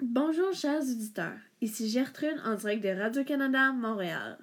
Bonjour chers auditeurs, ici Gertrude en direct de Radio-Canada, Montréal.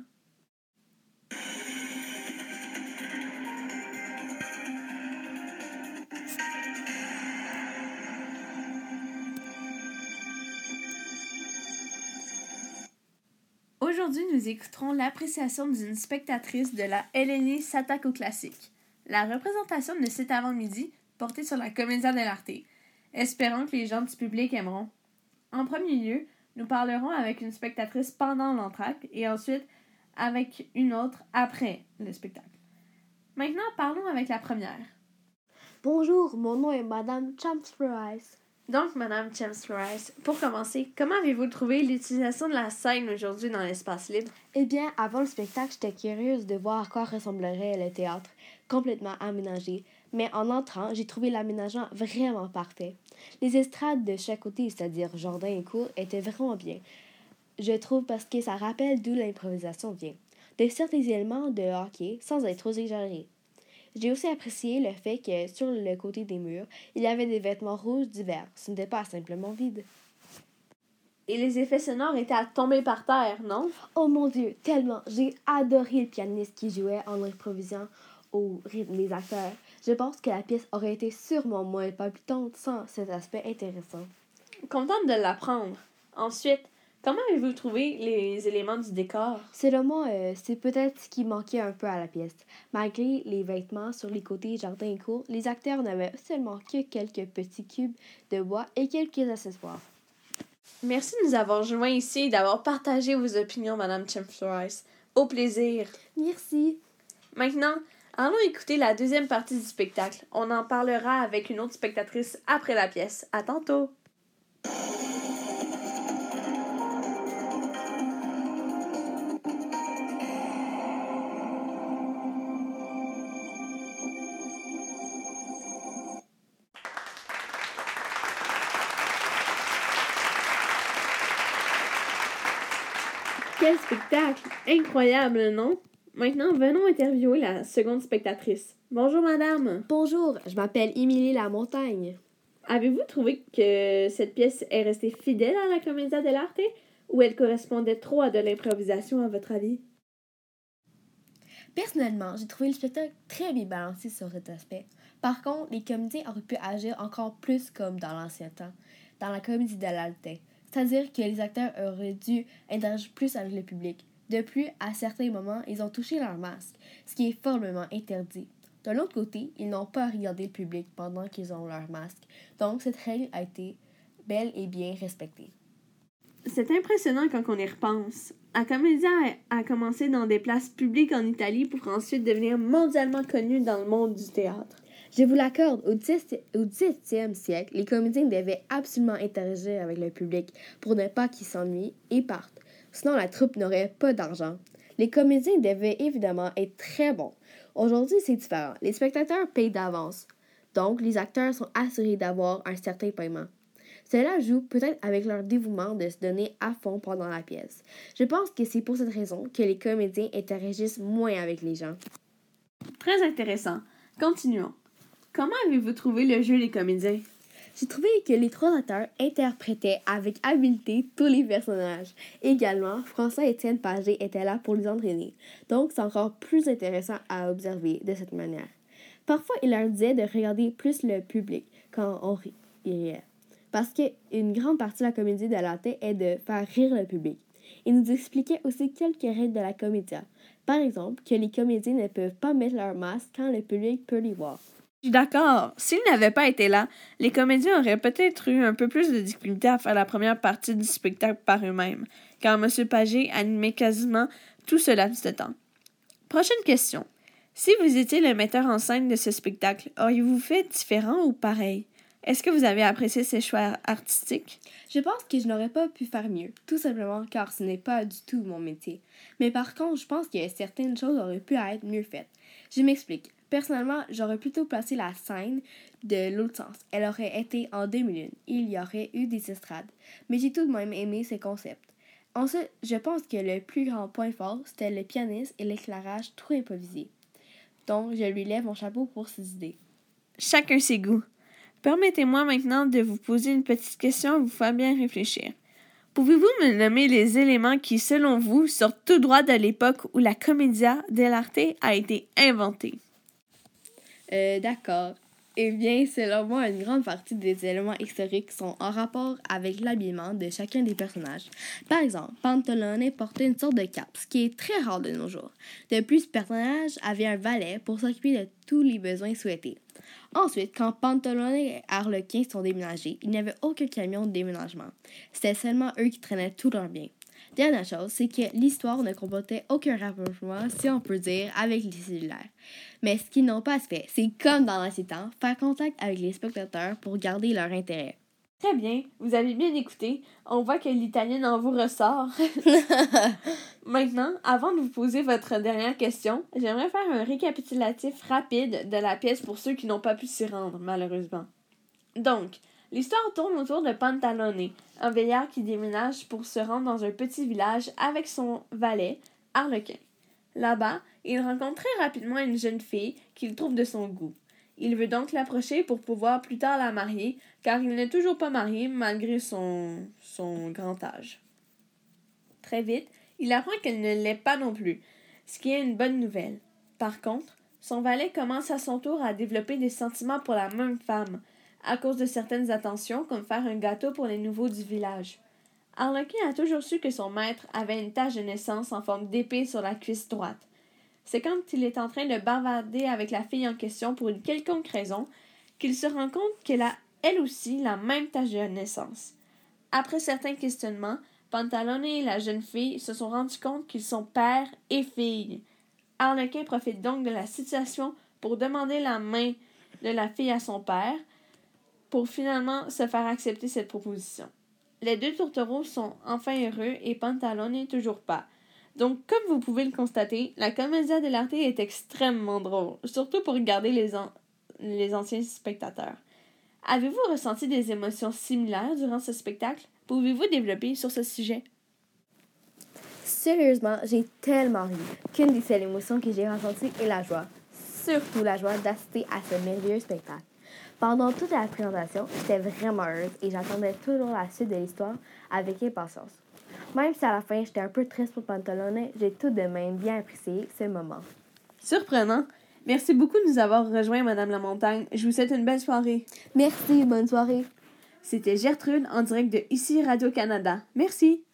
Aujourd'hui, nous écouterons l'appréciation d'une spectatrice de la LNI s'attaque au classique. La représentation de cet avant-midi portée sur la Commedia dell'arte. Espérons que les gens du public aimeront. En premier lieu, nous parlerons avec une spectatrice pendant l'entracte et ensuite avec une autre après le spectacle. Maintenant, parlons avec la première. Bonjour, mon nom est Madame Champs-Rice. Donc, Madame Champs-Rice, pour commencer, comment avez-vous trouvé l'utilisation de la scène aujourd'hui dans l'espace libre? Eh bien, avant le spectacle, j'étais curieuse de voir à quoi ressemblerait le théâtre, complètement aménagé. Mais en entrant, j'ai trouvé l'aménagement vraiment parfait. Les estrades de chaque côté, c'est-à-dire jardin et cour, étaient vraiment bien. Je trouve parce que ça rappelle d'où l'improvisation vient. De certains éléments de hockey sans être trop exagérés. J'ai aussi apprécié le fait que, sur le côté des murs, il y avait des vêtements rouges divers. Ce n'était pas simplement vide. Et les effets sonores étaient à tomber par terre, non? Oh mon Dieu, tellement! J'ai adoré le pianiste qui jouait en improvisant au rythme des acteurs. Je pense que la pièce aurait été sûrement moins palpitante sans cet aspect intéressant. Contente de l'apprendre. Ensuite, comment avez-vous trouvé les éléments du décor? Selon moi, c'est peut-être ce qui manquait un peu à la pièce. Malgré les vêtements sur les côtés jardin et cour, les acteurs n'avaient seulement que quelques petits cubes de bois et quelques accessoires. Merci de nous avoir joints ici et d'avoir partagé vos opinions, Madame Champs-Rice. Au plaisir. Merci. Maintenant, allons écouter la deuxième partie du spectacle. On en parlera avec une autre spectatrice après la pièce. À tantôt! Quel spectacle! Incroyable, non? Maintenant, venons interviewer la seconde spectatrice. Bonjour, madame. Bonjour, je m'appelle Émilie Lamontagne. Avez-vous trouvé que cette pièce est restée fidèle à la Commedia dell'arte ou elle correspondait trop à de l'improvisation, à votre avis? Personnellement, j'ai trouvé le spectacle très bien balancé sur cet aspect. Par contre, les comédiens auraient pu agir encore plus comme dans l'ancien temps, dans la comédie dell'arte. C'est-à-dire que les acteurs auraient dû interagir plus avec le public. De plus, à certains moments, ils ont touché leur masque, ce qui est formellement interdit. De l'autre côté, ils n'ont pas regardé le public pendant qu'ils ont leur masque. Donc, cette règle a été bel et bien respectée. C'est impressionnant quand on y repense. La Commedia a commencé dans des places publiques en Italie pour ensuite devenir mondialement connue dans le monde du théâtre. Je vous l'accorde, au XVIIe siècle, les comédiens devaient absolument interagir avec le public pour ne pas qu'ils s'ennuient et partent. Sinon, la troupe n'aurait pas d'argent. Les comédiens devaient évidemment être très bons. Aujourd'hui, c'est différent. Les spectateurs payent d'avance. Donc, les acteurs sont assurés d'avoir un certain paiement. Cela joue peut-être avec leur dévouement de se donner à fond pendant la pièce. Je pense que c'est pour cette raison que les comédiens interagissent moins avec les gens. Très intéressant. Continuons. Comment avez-vous trouvé le jeu des comédiens? J'ai trouvé que les trois acteurs interprétaient avec habileté tous les personnages. Également, François-Étienne Pagé était là pour les entraîner. Donc, c'est encore plus intéressant à observer de cette manière. Parfois, il leur disait de regarder plus le public quand on riait. Parce qu'une grande partie de la comédie dell'arte est de faire rire le public. Il nous expliquait aussi quelques règles de la comédia. Par exemple, que les comédiens ne peuvent pas mettre leur masque quand le public peut les voir. Je suis d'accord. S'ils n'avaient pas été là, les comédiens auraient peut-être eu un peu plus de difficulté à faire la première partie du spectacle par eux-mêmes, car M. Pagé animait quasiment tout ce laps de temps. Prochaine question. Si vous étiez le metteur en scène de ce spectacle, auriez-vous fait différent ou pareil? Est-ce que vous avez apprécié ces choix artistiques? Je pense que je n'aurais pas pu faire mieux, tout simplement car ce n'est pas du tout mon métier. Mais par contre, je pense que certaines choses auraient pu être mieux faites. Je m'explique. Personnellement, j'aurais plutôt placé la scène de l'autre sens. Elle aurait été en demi-lune. Il y aurait eu des estrades. Mais j'ai tout de même aimé ces concepts. Ensuite, je pense que le plus grand point fort, c'était le pianiste et l'éclairage trop improvisé. Donc, je lui lève mon chapeau pour ses idées. Chacun ses goûts. Permettez-moi maintenant de vous poser une petite question et vous faire bien réfléchir. Pouvez-vous me nommer les éléments qui, selon vous, sortent tout droit de l'époque où la commedia dell'arte a été inventée? D'accord. Eh bien, selon moi, une grande partie des éléments historiques sont en rapport avec l'habillement de chacun des personnages. Par exemple, Pantalone portait une sorte de cape, ce qui est très rare de nos jours. De plus, ce personnage avait un valet pour s'occuper de tous les besoins souhaités. Ensuite, quand Pantalone et Arlequin sont déménagés, il n'y avait aucun camion de déménagement. C'était seulement eux qui traînaient tous leurs biens. Dernière chose, c'est que l'histoire ne comportait aucun rapprochement, si on peut dire, avec les cellulaires. Mais ce qu'ils n'ont pas fait, c'est comme dans l'ancien temps, faire contact avec les spectateurs pour garder leur intérêt. Très bien, vous avez bien écouté. On voit que l'italienne en vous ressort. Maintenant, avant de vous poser votre dernière question, j'aimerais faire un récapitulatif rapide de la pièce pour ceux qui n'ont pas pu s'y rendre, malheureusement. Donc, l'histoire tourne autour de Pantalone, un vieillard qui déménage pour se rendre dans un petit village avec son valet, Arlequin. Là-bas, il rencontre très rapidement une jeune fille qu'il trouve de son goût. Il veut donc l'approcher pour pouvoir plus tard la marier, car il n'est toujours pas marié malgré son grand âge. Très vite, il apprend qu'elle ne l'est pas non plus, ce qui est une bonne nouvelle. Par contre, son valet commence à son tour à développer des sentiments pour la même femme, à cause de certaines attentions comme faire un gâteau pour les nouveaux du village. Arlequin a toujours su que son maître avait une tache de naissance en forme d'épée sur la cuisse droite. C'est quand il est en train de bavarder avec la fille en question pour une quelconque raison qu'il se rend compte qu'elle a, elle aussi, la même tache de naissance. Après certains questionnements, Pantalone et la jeune fille se sont rendus compte qu'ils sont père et fille. Arlequin profite donc de la situation pour demander la main de la fille à son père, pour finalement se faire accepter cette proposition. Les deux tourtereaux sont enfin heureux et Pantalone toujours pas. Donc, comme vous pouvez le constater, la commedia dell'arte est extrêmement drôle, surtout pour regarder les anciens spectateurs. Avez-vous ressenti des émotions similaires durant ce spectacle? Pouvez-vous développer sur ce sujet? Sérieusement, j'ai tellement ri qu'une des seules émotions que j'ai ressenties est la joie. Surtout la joie d'assister à ce merveilleux spectacle. Pendant toute la présentation, j'étais vraiment heureuse et j'attendais toujours la suite de l'histoire avec impatience. Même si à la fin, j'étais un peu triste pour Pantalone, j'ai tout de même bien apprécié ce moment. Surprenant! Merci beaucoup de nous avoir rejoints, Madame Lamontagne. Je vous souhaite une belle soirée. Merci, bonne soirée. C'était Gertrude en direct de Ici Radio-Canada. Merci!